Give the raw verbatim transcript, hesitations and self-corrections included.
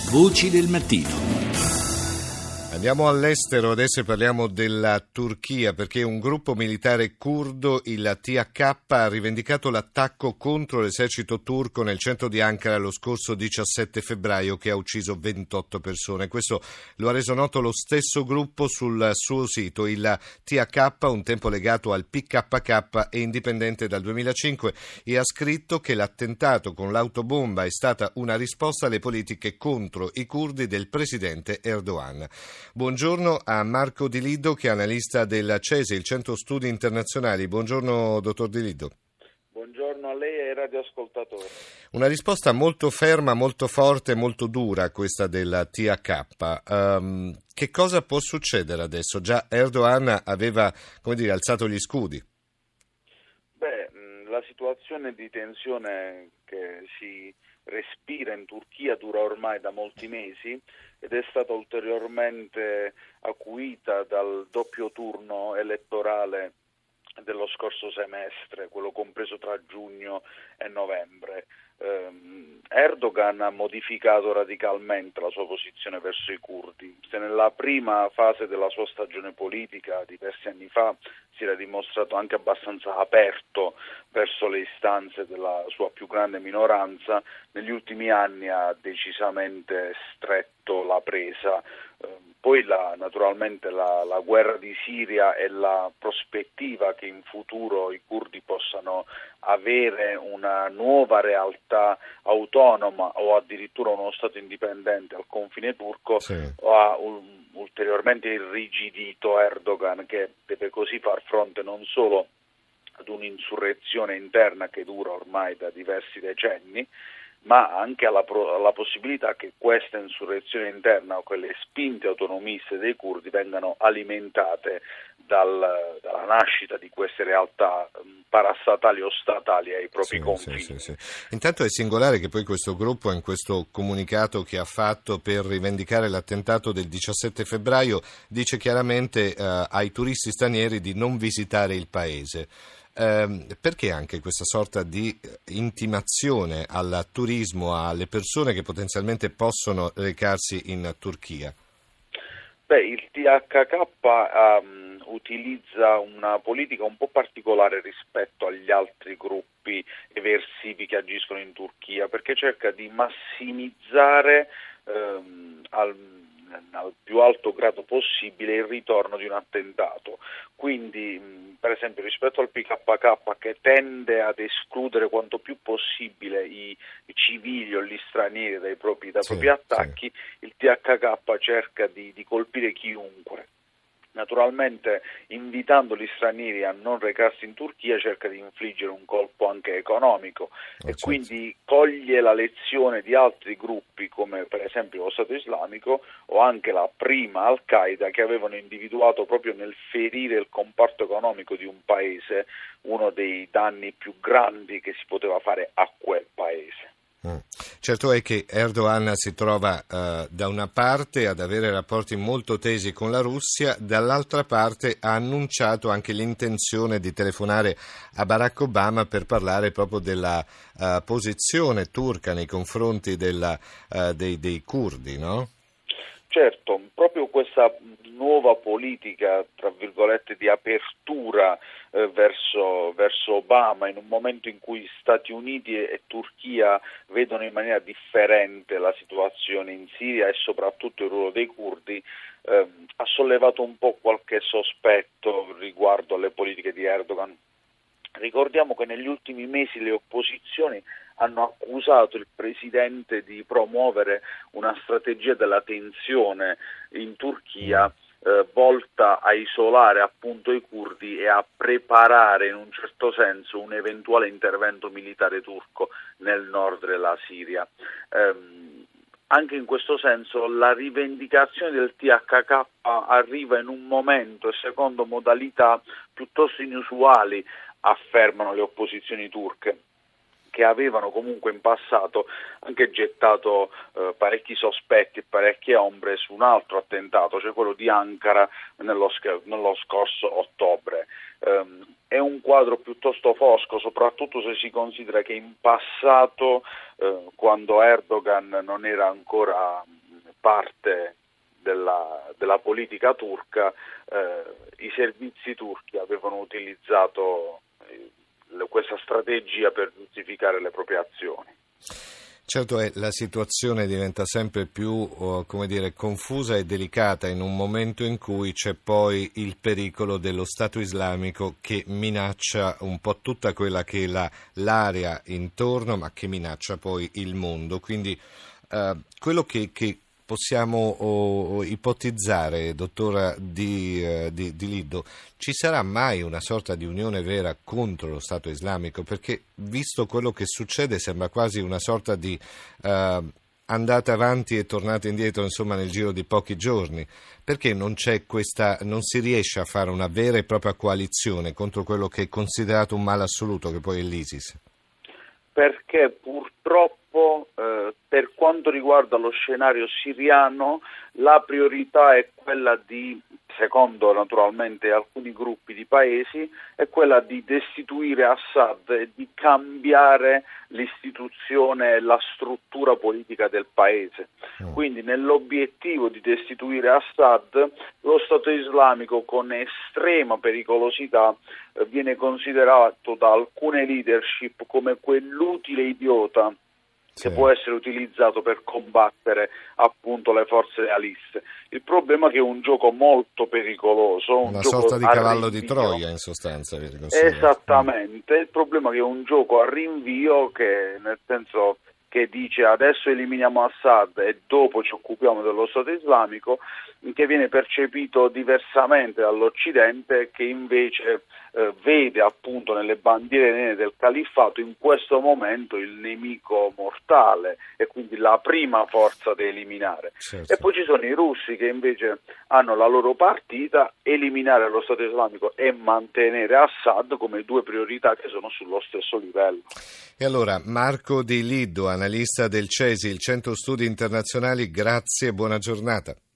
Voci del mattino. Andiamo all'estero, adesso parliamo della Turchia, perché un gruppo militare curdo, il T H K, ha rivendicato l'attacco contro l'esercito turco nel centro di Ankara lo scorso diciassette febbraio, che ha ucciso ventotto persone. Questo lo ha reso noto lo stesso gruppo sul suo sito. Il T H K, un tempo legato al P K K e indipendente dal duemilacinque, e ha scritto che l'attentato con l'autobomba è stata una risposta alle politiche contro i curdi del presidente Erdogan. Buongiorno a Marco Di Liddo, che è analista del C E S I, il Centro Studi Internazionali. Buongiorno, dottor Di Liddo. Buongiorno a lei e ai radioascoltatori. Una risposta molto ferma, molto forte, molto dura questa del T H K. Um, che cosa può succedere adesso? Già Erdogan aveva, come dire, alzato gli scudi. Beh, la situazione di tensione che si respira in Turchia dura ormai da molti mesi ed è stata ulteriormente acuita dal doppio turno elettorale dello scorso semestre, quello compreso tra giugno e novembre. Eh, Erdogan ha modificato radicalmente la sua posizione verso i curdi. Se nella prima fase della sua stagione politica, diversi anni fa, si era dimostrato anche abbastanza aperto verso le istanze della sua più grande minoranza, negli ultimi anni ha decisamente stretto la presa. Eh, poi la, naturalmente la, la guerra di Siria e la prospettiva che in futuro i curdi possano avere una nuova realtà autonoma o addirittura uno Stato indipendente al confine turco, sì, ha un, ulteriormente irrigidito Erdogan, che deve così far fronte non solo ad un'insurrezione interna che dura ormai da diversi decenni, ma anche alla, pro, alla possibilità che questa insurrezione interna o quelle spinte autonomiste dei curdi vengano alimentate dal, dalla nascita di queste realtà parastatali o statali ai propri sì, confini. Sì, sì, sì. Intanto è singolare che poi questo gruppo, in questo comunicato che ha fatto per rivendicare l'attentato del diciassette febbraio, dice chiaramente eh, ai turisti stranieri di non visitare il paese. Eh, perché anche questa sorta di intimazione al turismo, alle persone che potenzialmente possono recarsi in Turchia? Beh, il T H K um, utilizza una politica un po' particolare rispetto agli altri gruppi eversivi che agiscono in Turchia, perché cerca di massimizzare um, al al più alto grado possibile il ritorno di un attentato. Quindi, per esempio, rispetto al P K K, che tende ad escludere quanto più possibile i, i civili o gli stranieri dai propri, dai sì, propri attacchi, sì. Il T H K cerca di, di colpire chiunque. Naturalmente, invitando gli stranieri a non recarsi in Turchia, cerca di infliggere un colpo anche economico oh, e certo. Quindi coglie la lezione di altri gruppi come per esempio lo Stato Islamico o anche la prima Al-Qaeda, che avevano individuato proprio nel ferire il comparto economico di un paese uno dei danni più grandi che si poteva fare a quel paese. Mm. Certo è che Erdogan si trova uh, da una parte ad avere rapporti molto tesi con la Russia, dall'altra parte ha annunciato anche l'intenzione di telefonare a Barack Obama per parlare proprio della uh, posizione turca nei confronti della, uh, dei, dei curdi, no? Certo, proprio questa nuova politica, tra virgolette, di apertura eh, verso, verso Obama, in un momento in cui Stati Uniti e, e Turchia vedono in maniera differente la situazione in Siria e soprattutto il ruolo dei curdi, eh, ha sollevato un po' qualche sospetto riguardo alle politiche di Erdogan. Ricordiamo che negli ultimi mesi le opposizioni hanno accusato il presidente di promuovere una strategia della tensione in Turchia eh, volta a isolare appunto i curdi e a preparare in un certo senso un eventuale intervento militare turco nel nord della Siria. Um, Anche in questo senso la rivendicazione del T H K arriva in un momento e secondo modalità piuttosto inusuali, affermano le opposizioni turche, che avevano comunque in passato anche gettato eh, parecchi sospetti e parecchie ombre su un altro attentato, cioè quello di Ankara nello, sc- nello scorso ottobre. Um, è un quadro piuttosto fosco, soprattutto se si considera che in passato, eh, quando Erdogan non era ancora parte della, della politica turca, eh, i servizi turchi avevano utilizzato eh, questa strategia per giustificare le proprie azioni. Certo, è, la situazione diventa sempre più, oh, come dire, confusa e delicata in un momento in cui c'è poi il pericolo dello Stato islamico che minaccia un po' tutta quella che è la, l'area intorno, ma che minaccia poi il mondo. Quindi eh, quello che, che possiamo oh, ipotizzare, dottora Di, eh, di, di Liddo, ci sarà mai una sorta di unione vera contro lo Stato islamico? Perché visto quello che succede sembra quasi una sorta di eh, andata avanti e tornata indietro, insomma, nel giro di pochi giorni. Perché non c'è questa, non si riesce a fare una vera e propria coalizione contro quello che è considerato un male assoluto, che poi è l'ISIS? Perché purtroppo eh, per quanto riguarda lo scenario siriano la priorità è quella di, secondo naturalmente alcuni gruppi di paesi, è quella di destituire Assad e di cambiare l'istituzione e la struttura politica del paese. Quindi nell'obiettivo di destituire Assad, lo Stato islamico con estrema pericolosità eh, viene considerato da alcune leadership come quell'utile idiota che sì. può essere utilizzato per combattere appunto le forze realiste. Il problema è che è un gioco molto pericoloso, un una gioco sorta di cavallo rinvio. di Troia in sostanza. Esattamente, il problema è che è un gioco a rinvio, che nel senso che dice adesso eliminiamo Assad e dopo ci occupiamo dello Stato islamico, che viene percepito diversamente dall'Occidente, che invece eh, vede appunto nelle bandiere nere del califfato in questo momento il nemico mortale e quindi la prima forza da eliminare. Certo. E poi ci sono i russi che invece hanno la loro partita, eliminare lo Stato islamico e mantenere Assad come due priorità che sono sullo stesso livello. E allora Marco Di Liddo, analista del CESI, il Centro Studi Internazionali, grazie e buona giornata.